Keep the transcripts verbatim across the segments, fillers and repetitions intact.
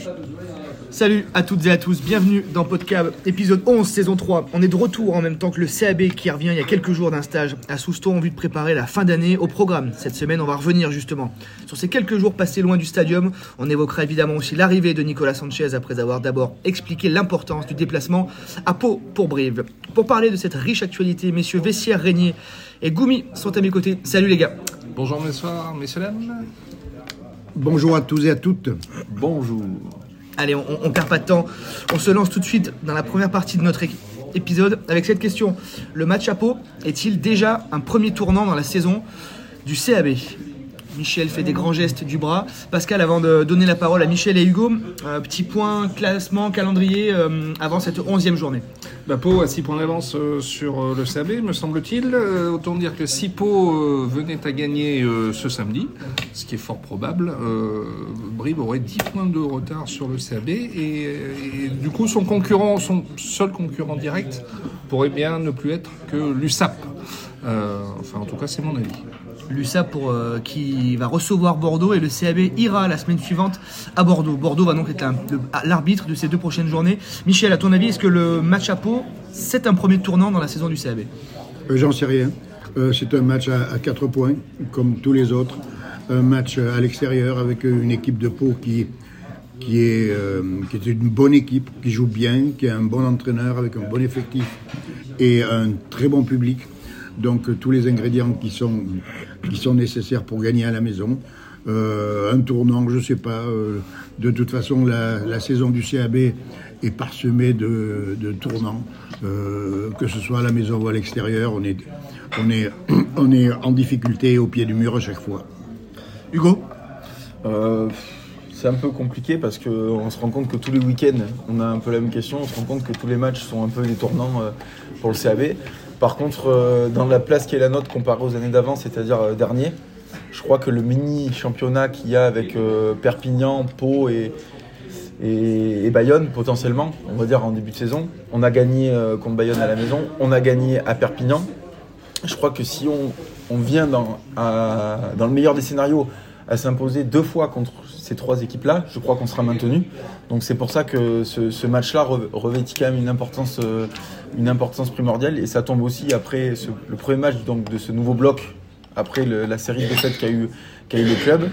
Salut à toutes et à tous, bienvenue dans Podcab, épisode onze, saison trois. On est de retour en même temps que le C A B qui revient il y a quelques jours d'un stage à Souston en vue de préparer la fin d'année au programme. Cette semaine, on va revenir justement sur ces quelques jours passés loin du stadium. On évoquera évidemment aussi l'arrivée de Nicolas Sanchez après avoir d'abord expliqué l'importance du déplacement à Pau pour Brive. Pour parler de cette riche actualité, messieurs Vessière, Régnier et Goumi sont à mes côtés. Salut les gars. Bonjour messieurs, messieurs dames. Bonjour à tous et à toutes. Bonjour. Allez, on, on perd pas de temps. On se lance tout de suite dans la première partie de notre é- épisode avec cette question. Le match à Pau est-il déjà un premier tournant dans la saison du C A B ? Michel fait des grands gestes du bras. Pascal, avant de donner la parole à Michel et Hugo, euh, petit point classement, calendrier euh, avant cette onzième journée. Bah, Pau a six points d'avance euh, sur euh, le C A B, me semble-t-il. Euh, autant dire que si Pau euh, venait à gagner euh, ce samedi, ce qui est fort probable, euh, Brive aurait dix points de retard sur le C A B et, et du coup son concurrent, son seul concurrent direct pourrait bien ne plus être que l'U S A P. Euh, enfin, en tout cas, c'est mon avis. L'U S A P pour, euh, qui va recevoir Bordeaux et le C A B ira la semaine suivante à Bordeaux. Bordeaux va donc être un, le, l'arbitre de ces deux prochaines journées. Michel, à ton avis, est-ce que le match à Pau, c'est un premier tournant dans la saison du C A B ? euh, J'en sais rien. Euh, c'est un match à, à quatre points, comme tous les autres. Un match à l'extérieur avec une équipe de Pau qui, qui, est, euh, qui est une bonne équipe, qui joue bien, qui a un bon entraîneur avec un bon effectif et un très bon public. Donc euh, tous les ingrédients qui sont, qui sont nécessaires pour gagner à la maison. Euh, un tournant, je ne sais pas. Euh, de toute façon, la, la saison du C A B est parsemée de, de tournants. Euh, que ce soit à la maison ou à l'extérieur, on est, on est, on est en difficulté au pied du mur à chaque fois. Hugo ? euh, C'est un peu compliqué parce qu'on se rend compte que tous les week-ends, on a un peu la même question. On se rend compte que tous les matchs sont un peu des tournants euh, pour le C A B. Par contre, euh, dans la place qui est la nôtre comparée aux années d'avant, c'est-à-dire euh, dernier, je crois que le mini-championnat qu'il y a avec euh, Perpignan, Pau et, et, et Bayonne, potentiellement, on va dire en début de saison, on a gagné euh, contre Bayonne à la maison, on a gagné à Perpignan. Je crois que si on, on vient dans, à, dans le meilleur des scénarios à s'imposer deux fois contre ces trois équipes-là, je crois qu'on sera maintenu. Donc c'est pour ça que ce, ce match-là revêtit quand même une importance, euh, une importance primordiale. Et ça tombe aussi après ce, le premier match donc, de ce nouveau bloc, après le, la série de défaites qu'a eu, qu'a eu le club.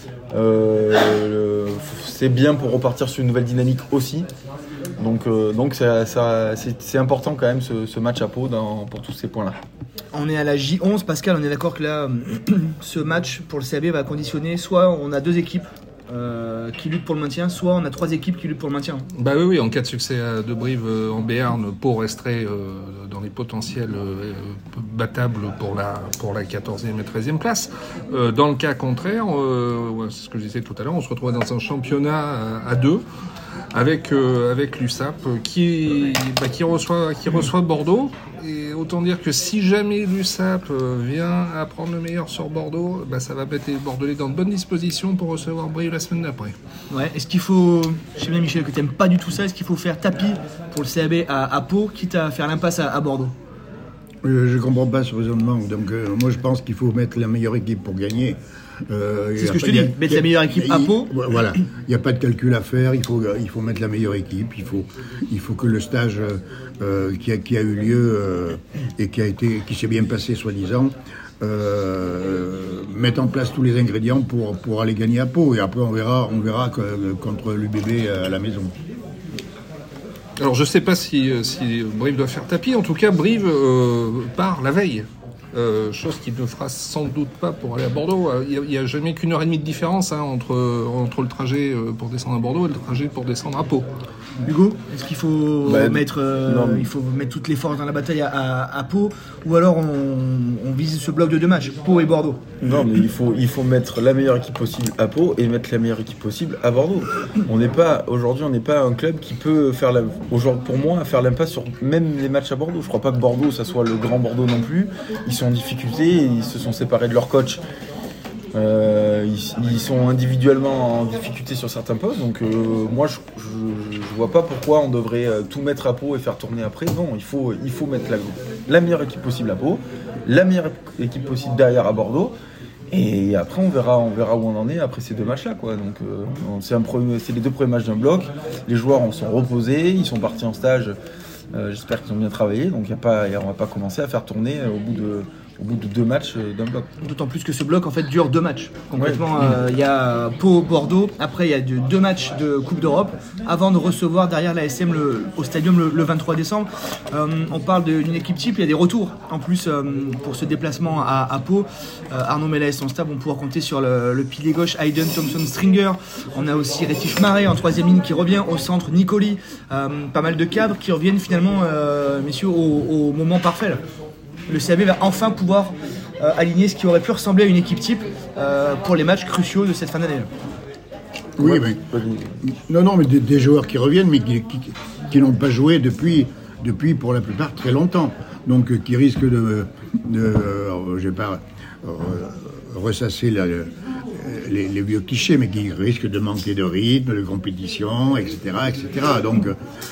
Euh, le, c'est bien pour repartir sur une nouvelle dynamique aussi. Donc, euh, donc ça, ça, c'est, c'est important quand même ce, ce match à Pau dans, pour tous ces points-là. On est à la J onze, Pascal, on est d'accord que là, ce match pour le C A B va conditionner soit on a deux équipes euh, qui luttent pour le maintien, soit on a trois équipes qui luttent pour le maintien. Bah oui, oui, en cas de succès de Brive euh, en Béarn, Pau resterait euh, dans les potentiels euh, battables pour la, pour la quatorzième et treizième place. Euh, dans le cas contraire, euh, c'est ce que je disais tout à l'heure, on se retrouve dans un championnat à, à deux. Avec, euh, avec l'U S A P qui, bah, qui, reçoit, qui reçoit Bordeaux. Et autant dire que si jamais l'U S A P vient à prendre le meilleur sur Bordeaux, bah, ça va mettre les Bordelais dans de bonnes dispositions pour recevoir Brive la semaine d'après. Ouais, est-ce qu'il faut, je sais bien Michel que tu n'aimes pas du tout ça, est-ce qu'il faut faire tapis pour le C A B à, à Pau, quitte à faire l'impasse à, à Bordeaux ? Je ne comprends pas ce raisonnement. Donc, euh, moi, je pense qu'il faut mettre la meilleure équipe pour gagner. Euh, c'est ce que je te dis, a, mettre la meilleure équipe à Pau. Voilà, il n'y a pas de calcul à faire, il faut, il faut mettre la meilleure équipe, il faut, il faut que le stage euh, qui, a, qui a eu lieu euh, et qui, a été, qui s'est bien passé, soi-disant, euh, mette en place tous les ingrédients pour, pour aller gagner à Pau. Et après, on verra, on verra que, contre l'U B B à la maison. Alors, je ne sais pas si, si Brive doit faire tapis. En tout cas, Brive euh, part la veille. Euh, chose qu'il ne fera sans doute pas pour aller à Bordeaux. Il n'y a, a jamais qu'une heure et demie de différence hein, entre, entre le trajet pour descendre à Bordeaux et le trajet pour descendre à Pau. Hugo, est-ce qu'il faut, bah, mettre, euh, non, il faut mettre toutes les forces dans la bataille à, à, à Pau, ou alors on, on vise ce bloc de deux matchs, Pau et Bordeaux ? Non, mais il faut, il faut mettre la meilleure équipe possible à Pau et mettre la meilleure équipe possible à Bordeaux. On n'est pas, aujourd'hui, on n'est pas un club qui peut faire, la, aujourd'hui, pour moi, faire l'impasse sur même les matchs à Bordeaux. Je ne crois pas que Bordeaux, ça soit le grand Bordeaux non plus. Ils sont en difficulté, ils se sont séparés de leur coach. Euh, ils, ils sont individuellement en difficulté sur certains postes, donc euh, moi je, je, je vois pas pourquoi on devrait tout mettre à Pau et faire tourner après. Non, il faut, il faut mettre la, la meilleure équipe possible à Pau, la meilleure équipe possible derrière à Bordeaux, Et après, on verra, on verra où on en est après ces deux matchs-là, quoi. Donc, euh, c'est, un premier, c'est les deux premiers matchs d'un bloc. Les joueurs en sont reposés, ils sont partis en stage. Euh, j'espère qu'ils ont bien travaillé. Donc, y a pas, y a, on va pas commencer à faire tourner au bout de. au bout de deux matchs d'un bloc. D'autant plus que ce bloc en fait dure deux matchs. Concrètement, il ouais. euh, y a Pau-Bordeaux, après il y a de, deux matchs de Coupe d'Europe, avant de recevoir derrière l'A S M le, au Stadium le, le vingt-trois décembre. Euh, on parle de, d'une équipe type, il y a des retours en plus euh, pour ce déplacement à, à Pau. Euh, Arnaud Mella et son staff vont pouvoir compter sur le, le pilier gauche Hayden Thompson-Stringer. On a aussi Rétif Marais en troisième ligne qui revient, au centre Nicoli. Euh, pas mal de cadres qui reviennent finalement, euh, messieurs, au, au moment parfait là. Le C A B va enfin pouvoir euh, aligner ce qui aurait pu ressembler à une équipe type euh, pour les matchs cruciaux de cette fin d'année. Oui, ouais. mais non, non, mais des, des joueurs qui reviennent, mais qui, qui, qui n'ont pas joué depuis, depuis pour la plupart très longtemps, donc euh, qui risquent de, de euh, je vais pas euh, ressasser la, les, les vieux clichés, mais qui risquent de manquer de rythme, de compétition, et cetera, et cetera. Donc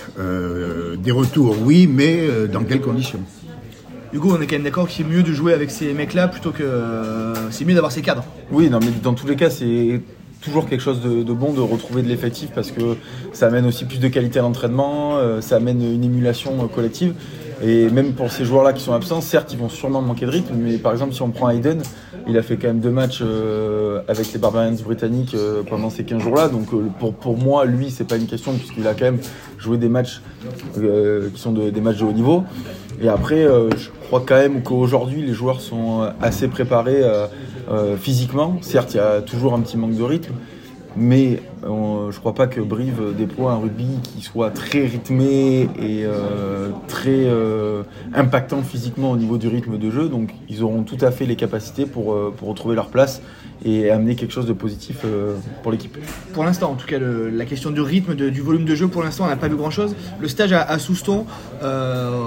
euh, des retours, oui, mais euh, dans quelles conditions? Hugo, on est quand même d'accord qu'il est mieux de jouer avec ces mecs-là plutôt que euh, c'est mieux d'avoir ces cadres. Oui, non, mais dans tous les cas, c'est toujours quelque chose de, de bon de retrouver de l'effectif parce que ça amène aussi plus de qualité à l'entraînement, euh, ça amène une émulation euh, collective. Et même pour ces joueurs-là qui sont absents, certes, ils vont sûrement manquer de rythme, mais par exemple, si on prend Hayden, il a fait quand même deux matchs euh, avec les Barbarians britanniques euh, pendant ces quinze jours-là. Donc euh, pour, pour moi, lui, c'est pas une question puisqu'il a quand même joué des matchs euh, qui sont de, des matchs de haut niveau. Et après, euh, je crois quand même qu'aujourd'hui, les joueurs sont assez préparés euh, euh, physiquement. Certes, il y a toujours un petit manque de rythme, mais euh, je ne crois pas que Brive déploie un rugby qui soit très rythmé et euh, très euh, impactant physiquement au niveau du rythme de jeu. Donc, ils auront tout à fait les capacités pour, euh, pour retrouver leur place et amener quelque chose de positif euh, pour l'équipe. Pour l'instant, en tout cas, le, la question du rythme, de, du volume de jeu, pour l'instant, on n'a pas vu grand-chose. Le stage à, à Souston... Euh,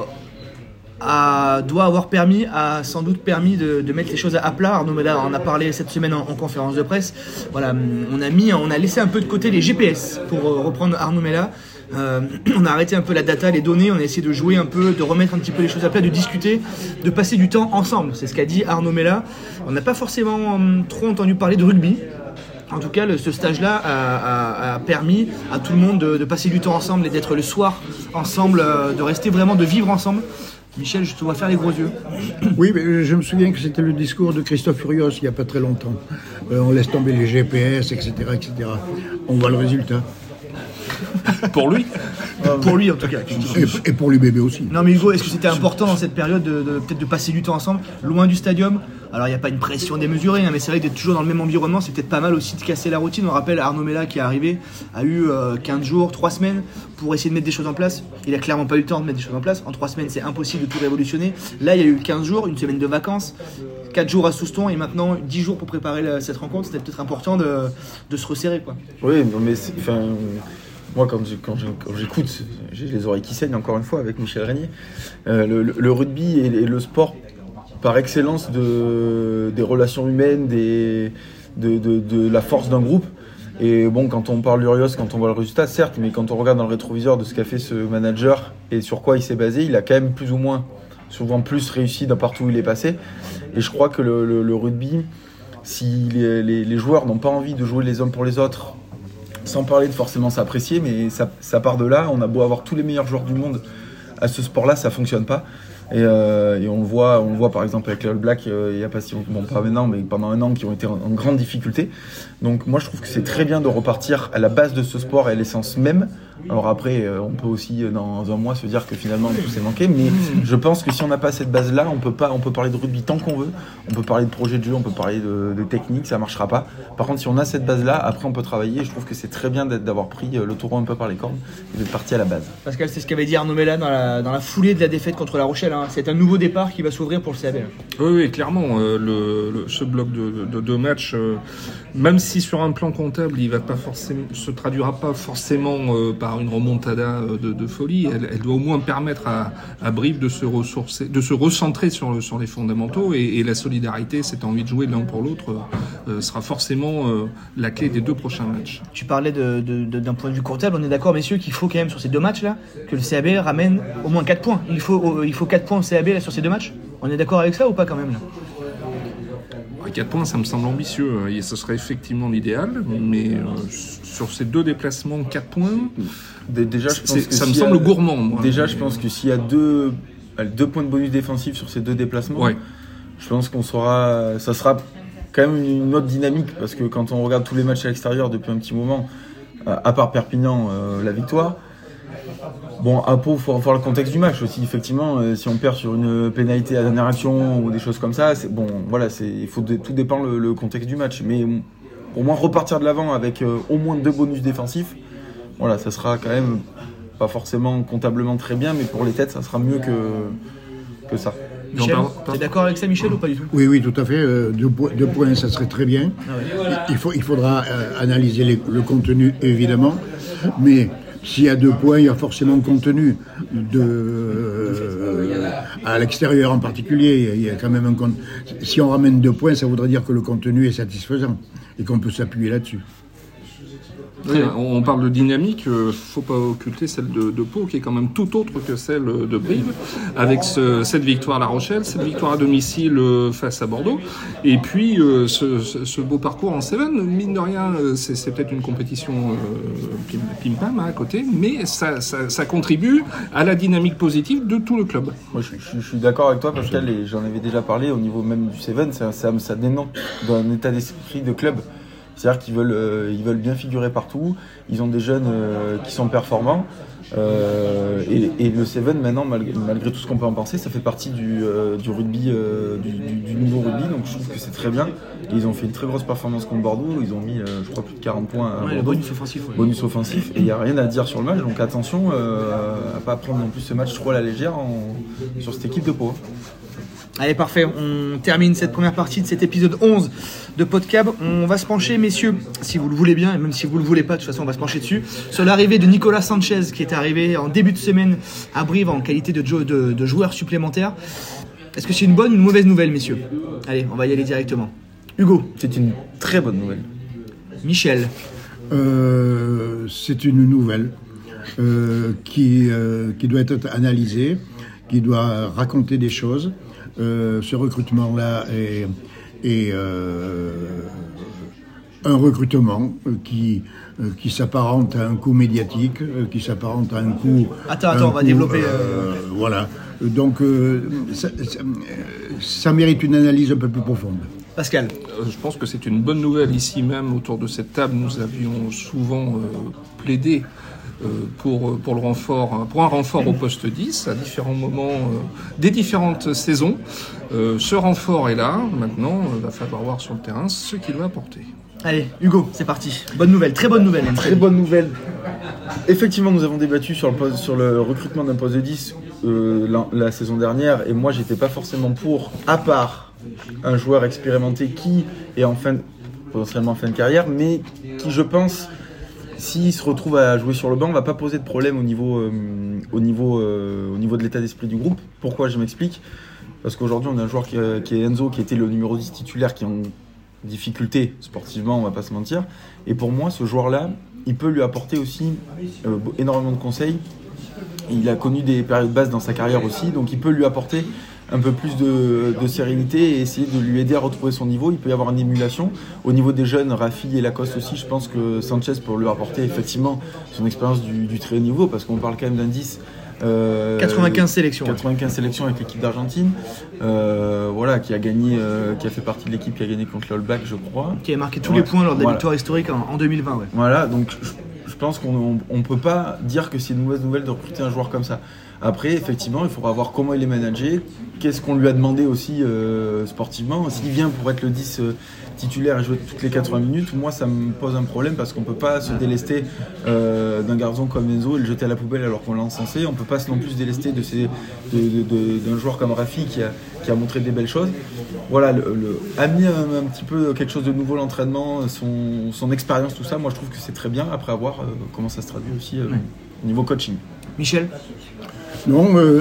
A, doit avoir permis, a sans doute permis de, de mettre les choses à plat. Arnaud Mella en a parlé cette semaine en, en conférence de presse. Voilà, on a mis, on a laissé un peu de côté les G P S pour reprendre Arnaud Mella. Euh, on a arrêté un peu la data, les données, on a essayé de jouer un peu, de remettre un petit peu les choses à plat, de discuter, de passer du temps ensemble. C'est ce qu'a dit Arnaud Mella. On n'a pas forcément um, trop entendu parler de rugby. En tout cas, le, ce stage-là a, a, a permis à tout le monde de, de passer du temps ensemble et d'être le soir ensemble, euh, de rester vraiment, de vivre ensemble. Michel, je te vois faire les gros yeux. Oui, mais je me souviens que c'était le discours de Christophe Furios il n'y a pas très longtemps. Euh, on laisse tomber les G P S, et cetera, et cetera. On voit le résultat. Pour lui Pour lui en tout cas. Et, et pour les bébés aussi. Non mais Hugo, est-ce que c'était important dans cette période de, de peut-être de passer du temps ensemble, loin du stadium? Alors il n'y a pas une pression démesurée, hein, mais c'est vrai que d'être toujours dans le même environnement, c'est peut-être pas mal aussi de casser la routine. On rappelle Arnaud Mella qui est arrivé, a eu euh, quinze jours, trois semaines pour essayer de mettre des choses en place. Il a clairement pas eu le temps de mettre des choses en place. En trois semaines, c'est impossible de tout révolutionner. Là, il y a eu quinze jours, une semaine de vacances, quatre jours à Souston et maintenant dix jours pour préparer la, cette rencontre. C'était peut-être important de, de se resserrer, quoi. Oui, mais c'est, enfin, moi quand, je, quand, je, quand j'écoute, j'ai les oreilles qui saignent encore une fois avec Michel Régnier. Euh, le, le rugby et, et le sport par excellence de, des relations humaines, des, de, de, de la force d'un groupe. Et bon, quand on parle d'Urios, quand on voit le résultat, certes, mais quand on regarde dans le rétroviseur de ce qu'a fait ce manager et sur quoi il s'est basé, il a quand même plus ou moins, souvent plus réussi dans partout où il est passé. Et je crois que le, le, le rugby, si les, les, les joueurs n'ont pas envie de jouer les uns pour les autres, sans parler de forcément s'apprécier, mais ça, ça part de là. On a beau avoir tous les meilleurs joueurs du monde à ce sport-là, ça fonctionne pas. Et, euh, et on le voit, on le voit par exemple avec les All Blacks, euh, il y a pas si longtemps, bon pas maintenant, mais pendant un an, qui ont été en, en grande difficulté. Donc moi je trouve que c'est très bien de repartir à la base de ce sport et à l'essence même. Alors après, euh, on peut aussi dans un mois se dire que finalement tout s'est manqué, mais je pense que si on n'a pas cette base-là, on peut pas, on peut parler de rugby tant qu'on veut, on peut parler de projet de jeu, on peut parler de, de technique, ça marchera pas. Par contre, si on a cette base-là, après on peut travailler. Et je trouve que c'est très bien d'avoir pris le taureau un peu par les cornes et d'être parti à la base. Pascal, c'est ce qu'avait dit Arnaud Mella dans la, dans la foulée de la défaite contre La Rochelle. Hein. C'est un nouveau départ qui va s'ouvrir pour le C A B. Oui, oui, clairement. Euh, le, le, ce bloc de, de, de matchs, euh, même si sur un plan comptable, il va pas forcément, se traduira pas forcément euh, par une remontada de, de folie, elle, elle doit au moins permettre à, à Brive de se ressourcer, de se recentrer sur, le, sur les fondamentaux et, et la solidarité, cette envie de jouer l'un pour l'autre, euh, sera forcément euh, la clé des deux prochains matchs. Tu parlais de, de, de, d'un point de vue comptable, on est d'accord, messieurs, qu'il faut quand même sur ces deux matchs-là que le C A B ramène au moins quatre points. Il faut, il faut quatre points au C A B là, sur ces deux matchs. On est d'accord avec ça ou pas quand même là? À quatre points, ça me semble ambitieux, et ce serait effectivement l'idéal, mais euh, sur ces deux déplacements, quatre points, déjà, je pense c'est, que ça me si semble a, gourmand. Moi, déjà, mais... je pense que s'il y a deux, deux points de bonus défensifs sur ces deux déplacements, ouais. je pense qu'on saura, ça sera quand même une autre dynamique, parce que quand on regarde tous les matchs à l'extérieur depuis un petit moment, à part Perpignan, euh, la victoire. Bon, à Pau, il faut voir le contexte du match aussi. Effectivement, euh, si on perd sur une pénalité à la dernière action ou des choses comme ça, c'est bon. Voilà, c'est il faut de, tout dépend le, le contexte du match. Mais au moins repartir de l'avant avec euh, au moins deux bonus défensifs, voilà, ça sera quand même pas forcément comptablement très bien, mais pour les têtes, ça sera mieux que que ça. Michel, tu es d'accord avec ça, Michel, ou pas du tout ? Oui, oui, tout à fait. Euh, deux, po- deux points, ça serait très bien. Ah ouais. il, faut, il faudra euh, analyser les, le contenu, évidemment, mais s'il y a deux points, il y a forcément contenu. De, euh, à l'extérieur en particulier, il y a quand même un compte. Si on ramène deux points, ça voudrait dire que le contenu est satisfaisant et qu'on peut s'appuyer là-dessus. Oui, on parle de dynamique, il ne faut pas occulter celle de, de Pau, qui est quand même tout autre que celle de Brive, avec ce, cette victoire à La Rochelle, cette victoire à domicile face à Bordeaux, et puis euh, ce, ce, ce beau parcours en Seven. Mine de rien, c'est, c'est peut-être une compétition euh, pim-pam hein, à côté, mais ça, ça, ça contribue à la dynamique positive de tout le club. Moi, je, je, je suis d'accord avec toi, Pascal, et j'en avais déjà parlé au niveau même du Seven, ça, ça, ça dénote d'un état d'esprit de club. C'est-à-dire qu'ils veulent, euh, ils veulent bien figurer partout. Ils ont des jeunes euh, qui sont performants. Euh, et, et le Seven, maintenant, malgré, malgré tout ce qu'on peut en penser, ça fait partie du, euh, du rugby, euh, du, du, du nouveau rugby. Donc je trouve que c'est très bien. Et ils ont fait une très grosse performance contre Bordeaux. Ils ont mis, euh, je crois, plus de quarante points à ouais, Bordeaux. Bonus offensif. Ouais. Bonus offensif. Et il n'y a rien à dire sur le match. Donc attention euh, à ne pas prendre non plus ce match trop à la légère en, sur cette équipe de Pau. Allez, parfait, on termine cette première partie de cet épisode onze de Podcab. On va se pencher, messieurs, si vous le voulez bien, et même si vous le voulez pas, de toute façon on va se pencher dessus, sur l'arrivée de Nicolas Sanchez, qui est arrivé en début de semaine à Brive en qualité de, jo- de, de joueur supplémentaire. Est-ce que c'est une bonne ou une mauvaise nouvelle, messieurs ? Allez, on va y aller directement. Hugo. C'est une très bonne nouvelle. Michel. Euh, c'est une nouvelle euh, qui, euh, qui doit être analysée, qui doit raconter des choses. Euh, ce recrutement-là est, est euh, un recrutement qui, euh, qui s'apparente à un coup médiatique, euh, qui s'apparente à un coup... Attends, attends, on va coup, développer... Euh, euh... Voilà. Donc, euh, ça, ça, ça mérite une analyse un peu plus profonde. Pascal. Euh, je pense que c'est une bonne nouvelle. Ici même, autour de cette table, nous avions souvent euh, plaidé Euh, pour, pour, le renfort, pour un renfort au poste dix à différents moments euh, des différentes saisons. Euh, ce renfort est là, maintenant il euh, va falloir voir sur le terrain ce qu'il va apporter. Allez, Hugo, c'est parti. Bonne nouvelle, très bonne nouvelle. Très bonne nouvelle. Effectivement, nous avons débattu sur le, poste, sur le recrutement d'un poste de dix euh, la, la saison dernière, et moi j'étais pas forcément pour, à part un joueur expérimenté qui est en fin, potentiellement en fin de carrière, mais qui, je pense, s'il se retrouve à jouer sur le banc, on ne va pas poser de problème au niveau, euh, au, niveau, euh, au niveau de l'état d'esprit du groupe. Pourquoi ? Je m'explique. Parce qu'aujourd'hui, on a un joueur qui, euh, qui est Enzo, qui était le numéro dix titulaire, qui est en difficulté sportivement, on ne va pas se mentir. Et pour moi, ce joueur-là, il peut lui apporter aussi euh, énormément de conseils. Il a connu des périodes basses dans sa carrière aussi, donc il peut lui apporter un peu plus de, de sérénité et essayer de lui aider à retrouver son niveau. Il peut y avoir une émulation. Au niveau des jeunes, Rafi et Lacoste aussi, je pense que Sanchez peut lui apporter effectivement son expérience du, du très haut niveau, parce qu'on parle quand même d'un dix. Euh, quatre-vingt-quinze sélections. quatre-vingt-quinze sélections avec l'équipe d'Argentine, euh, voilà, qui a gagné, euh, qui a fait partie de l'équipe qui a gagné contre les All Blacks, je crois. Qui a marqué tous ouais. les points lors de la voilà. victoire historique en, en deux mille vingt. Ouais. Voilà, donc je, je pense qu'on ne peut pas dire que c'est une mauvaise nouvelle de recruter un joueur comme ça. Après, effectivement, il faudra voir comment il est managé, qu'est-ce qu'on lui a demandé aussi euh, sportivement. S'il vient pour être le dix euh, titulaire et jouer toutes les quatre-vingts minutes, moi ça me pose un problème, parce qu'on ne peut pas se délester euh, d'un garçon comme Enzo et le jeter à la poubelle alors qu'on l'a encensé. On ne peut pas non plus se délester de ces, de, de, de, d'un joueur comme Rafi qui a, qui a montré des belles choses. Voilà, le, le, amener un, un petit peu quelque chose de nouveau, l'entraînement, son, son expérience, tout ça, moi je trouve que c'est très bien. Après, à voir euh, comment ça se traduit aussi euh, ouais. au niveau coaching. Michel ? Non, euh,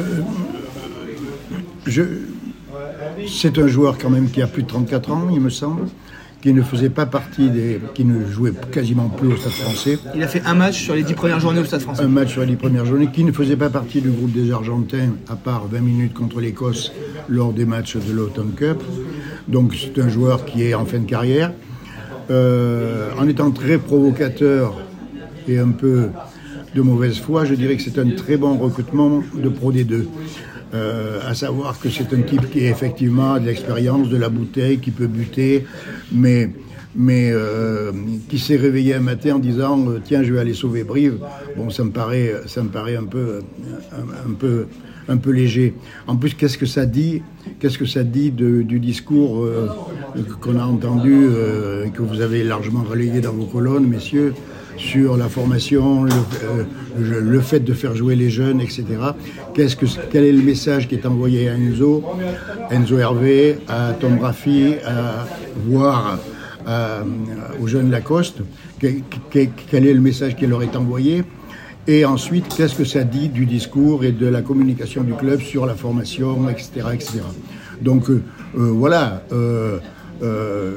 je, c'est un joueur quand même qui a plus de trente-quatre ans, il me semble, qui ne faisait pas partie des, qui ne jouait quasiment plus au Stade Français. Il a fait un match sur les dix premières journées au Stade Français. Un match sur les dix premières journées, qui ne faisait pas partie du groupe des Argentins, à part vingt minutes contre l'Écosse lors des matchs de l'Autumn Cup. Donc c'est un joueur qui est en fin de carrière. Euh, en étant très provocateur et un peu de mauvaise foi, je dirais que c'est un très bon recrutement de Pro D deux. Euh, à savoir que c'est un type qui a effectivement de l'expérience, de la bouteille, qui peut buter, mais, mais euh, qui s'est réveillé un matin en disant euh, « Tiens, je vais aller sauver Brive ». Bon, ça me paraît, ça me paraît un peu, un, un peu, un peu léger. En plus, qu'est-ce que ça dit, qu'est-ce que ça dit de, du discours euh, qu'on a entendu, euh, que vous avez largement relayé dans vos colonnes, messieurs, sur la formation, le, euh, le fait de faire jouer les jeunes, et cetera. Qu'est-ce que, quel est le message qui est envoyé à Enzo, Enzo Hervé, à Tom Raffi, à voire à, aux jeunes Lacoste? Quel, quel est le message qui leur est envoyé? Et ensuite, qu'est-ce que ça dit du discours et de la communication du club sur la formation, et cetera, et cetera. Donc euh, euh, voilà. Euh, euh,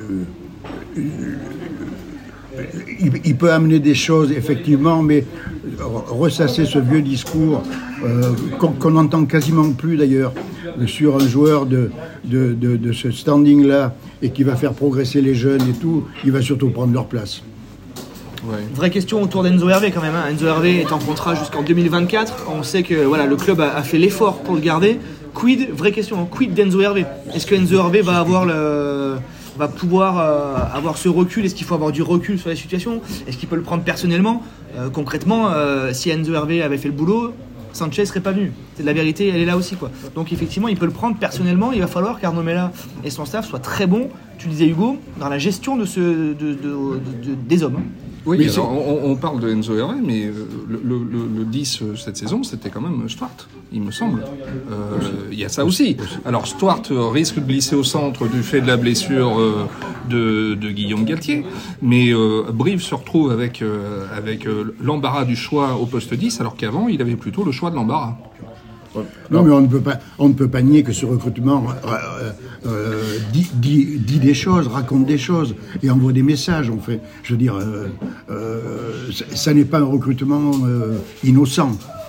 Il, il peut amener des choses, effectivement, mais ressasser ce vieux discours euh, qu'on, qu'on n'entend quasiment plus, d'ailleurs, sur un joueur de, de, de, de ce standing-là et qui va faire progresser les jeunes et tout, il va surtout prendre leur place. Ouais. Vraie question autour d'Enzo Hervé quand même. Hein. Enzo Hervé est en contrat jusqu'en deux mille vingt-quatre. On sait que voilà, le club a, a fait l'effort pour le garder. Quid, vraie question, hein, quid d'Enzo Hervé? Est-ce que Enzo Hervé va avoir le... va pouvoir euh, avoir ce recul? Est-ce qu'il faut avoir du recul sur la situation? Est-ce qu'il peut le prendre personnellement? euh, Concrètement, euh, si Enzo Hervé avait fait le boulot, Sanchez serait pas venu. C'est de la vérité, elle est là aussi, quoi. Donc effectivement, il peut le prendre personnellement. Il va falloir qu'Arnaud Mella et son staff soient très bons, tu disais Hugo, dans la gestion de ce, de, de, de, de, des hommes. Oui, mais alors, on, on parle de Enzo Hervé, mais le, le, le, le dix cette saison, c'était quand même Stuart, il me semble. Euh, il y a ça aussi. Alors Stuart risque de glisser au centre du fait de la blessure euh, de, de Guillaume Galtier, mais euh, Brive se retrouve avec, euh, avec euh, l'embarras du choix au poste dix, alors qu'avant, il avait plutôt le choix de l'embarras. Non, mais on ne peut pas, on ne peut pas nier que ce recrutement euh, euh, dit, dit, dit des choses, raconte des choses et envoie des messages. En fait, je veux dire, euh, euh, ça, ça n'est pas un recrutement euh, innocent.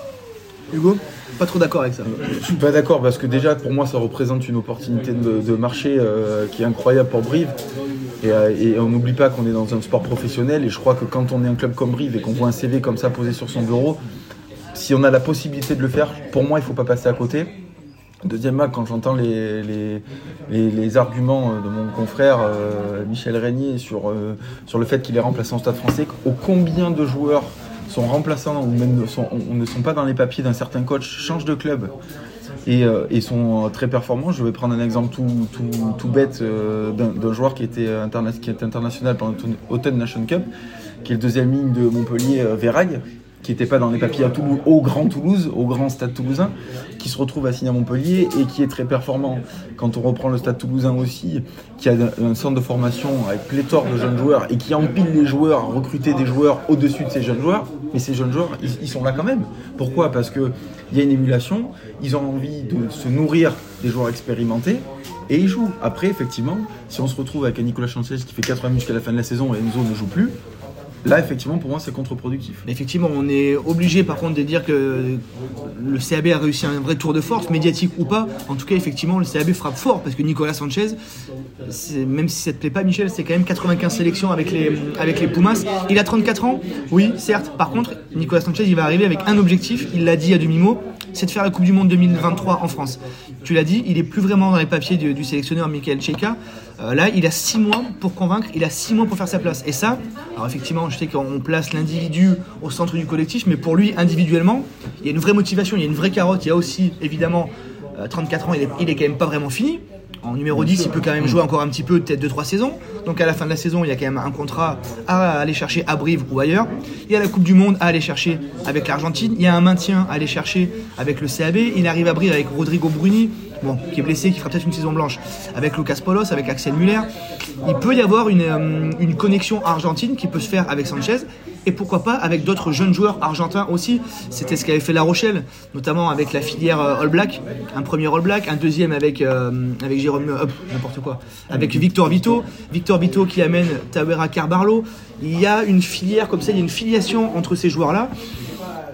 Hugo, pas trop d'accord avec ça. Je suis pas d'accord parce que déjà, pour moi, ça représente une opportunité de, de marché euh, qui est incroyable pour Brive. Et, euh, et on n'oublie pas qu'on est dans un sport professionnel. Et je crois que quand on est un club comme Brive et qu'on voit un C V comme ça posé sur son bureau, si on a la possibilité de le faire, pour moi, il ne faut pas passer à côté. Deuxièmement, quand j'entends les, les, les, les arguments de mon confrère euh, Michel Régnier sur, euh, sur le fait qu'il est remplaçant au Stade français, ô combien de joueurs sont remplaçants ou même ne sont, on, ne sont pas dans les papiers d'un certain coach, changent de club et, euh, et sont très performants. Je vais prendre un exemple tout, tout, tout bête euh, d'un, d'un joueur qui était, interna- qui était international pendant l'Autumn Nation Cup, qui est le deuxième ligne de Montpellier, euh, Verrague, qui n'était pas dans les papiers à Toulouse, au Grand Toulouse, au Grand Stade Toulousain, qui se retrouve à signer à Montpellier et qui est très performant. Quand on reprend le Stade Toulousain aussi, qui a un centre de formation avec pléthore de jeunes joueurs et qui empile les joueurs, à recruter des joueurs au-dessus de ces jeunes joueurs, mais ces jeunes joueurs, ils, ils sont là quand même. Pourquoi ? Parce qu'il y a une émulation, ils ont envie de se nourrir des joueurs expérimentés, et ils jouent. Après, effectivement, si on se retrouve avec un Nicolas Sanchez qui fait quatre-vingts minutes jusqu'à la fin de la saison et Enzo ne joue plus, là, effectivement, pour moi, c'est contre-productif. Mais effectivement, on est obligé, par contre, de dire que le C A B a réussi un vrai tour de force, médiatique ou pas. En tout cas, effectivement, le C A B frappe fort parce que Nicolas Sanchez, c'est, même si ça te plaît pas, Michel, c'est quand même quatre-vingt-quinze sélections avec les, avec les Pumas. Il a trente-quatre ans, oui, certes. Par contre, Nicolas Sanchez, il va arriver avec un objectif, il l'a dit à demi-mot, c'est de faire la Coupe du Monde deux mille vingt-trois en France. Tu l'as dit, il est plus vraiment dans les papiers du, du sélectionneur Michael Cheka. Euh, là, il a six mois pour convaincre, il a six mois pour faire sa place. Et ça, alors effectivement, je sais qu'on place l'individu au centre du collectif, mais pour lui, individuellement, il y a une vraie motivation, il y a une vraie carotte. Il y a aussi, évidemment, euh, trente-quatre ans, il est, il est quand même pas vraiment fini. En numéro dix, il peut quand même jouer encore un petit peu, peut-être deux trois saisons. Donc à la fin de la saison, il y a quand même un contrat à aller chercher à Brive ou ailleurs. Il y a la Coupe du Monde à aller chercher avec l'Argentine. Il y a un maintien à aller chercher avec le C A B. Il arrive à Brive avec Rodrigo Bruni, bon, qui est blessé, qui fera peut-être une saison blanche, avec Lucas Paulos, avec Axel Muller. Il peut y avoir une, euh, une connexion argentine qui peut se faire avec Sanchez. Et pourquoi pas avec d'autres jeunes joueurs argentins aussi. C'était ce qu'avait fait La Rochelle, notamment avec la filière All Black. Un premier All Black, un deuxième avec, euh, avec Jérôme, euh, n'importe quoi, avec Victor Vito. Victor Vito qui amène Tawera Carbarlo. Il y a une filière comme ça, il y a une filiation entre ces joueurs-là.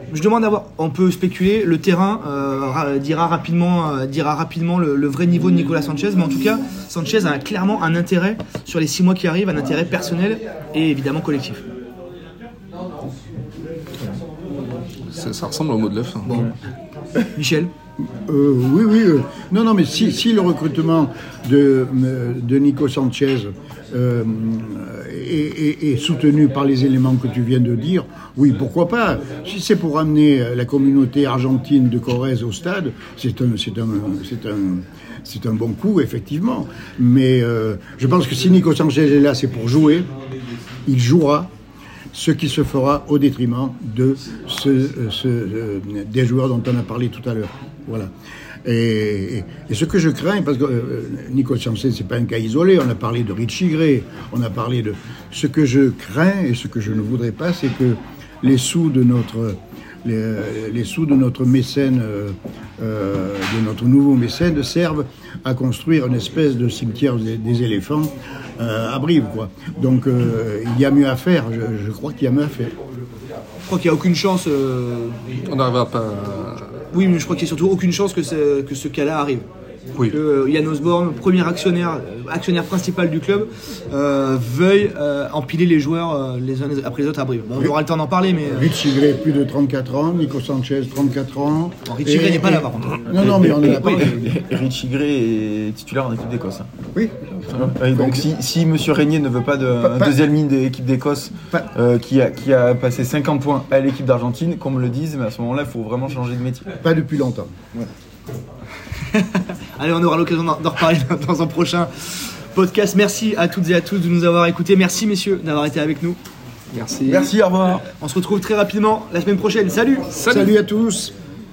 Je demande d'avoir, on peut spéculer, le terrain euh, ra- dira rapidement, euh, dira rapidement le, le vrai niveau de Nicolas Sanchez, mais en tout cas, Sanchez a clairement un intérêt sur les six mois qui arrivent, un intérêt personnel et évidemment collectif. Ça, ça ressemble au mot de la fin. Bon. Michel. Euh, oui, oui. euh, non, non, mais si, si le recrutement de, de Nico Sanchez euh, est, est- est soutenu par les éléments que tu viens de dire, oui, pourquoi pas. Si c'est pour amener la communauté argentine de Corrèze au stade, c'est un, c'est un, c'est un, c'est un bon coup, effectivement. Mais euh, je pense que si Nico Sanchez est là, c'est pour jouer. Il jouera. Ce qui se fera au détriment de ce, ce, euh, des joueurs dont on a parlé tout à l'heure. Voilà. Et, et, et ce que je crains, parce que euh, Nico Sanchez, c'est pas un cas isolé, on a parlé de Richie Gray, on a parlé de... Ce que je crains et ce que je ne voudrais pas, c'est que les sous de notre... Les, les sous de notre mécène, euh, euh, de notre nouveau mécène, servent à construire une espèce de cimetière des, des éléphants euh, à Brive, quoi. Donc euh, il y a mieux à faire. Je, je crois qu'il y a mieux à faire. Je crois qu'il n'y a aucune chance. euh, On n'arrivera pas. Oui, mais je crois qu'il n'y a surtout aucune chance que ce, que ce cas-là arrive. Oui. Que euh, Yann Osborne, premier actionnaire, euh, actionnaire principal du club, euh, veuille euh, empiler les joueurs euh, les uns après les autres à Brive. Bon, on aura le temps d'en parler, mais. euh, Richie Gray, plus de trente-quatre ans, Nico Sanchez, trente-quatre ans. Bon, Richie Gray n'est pas là, par contre. Non, non, mais on en a parlé. Et Richie Gray est titulaire en équipe d'Écosse. hein. Oui. Ouais, donc si, si M. Régnier ne veut pas de Pas- un pas- deuxième ligne de l'équipe d'Écosse Pas- euh, qui, a, qui a passé cinquante points à l'équipe d'Argentine, qu'on me le dise, mais à ce moment-là, il faut vraiment changer de métier. Pas depuis longtemps. Allez, on aura l'occasion d'en d'en reparler dans un prochain podcast. Merci à toutes et à tous de nous avoir écoutés. Merci, messieurs, d'avoir été avec nous. Merci. Merci, au revoir. On se retrouve très rapidement la semaine prochaine. Salut! Salut à tous.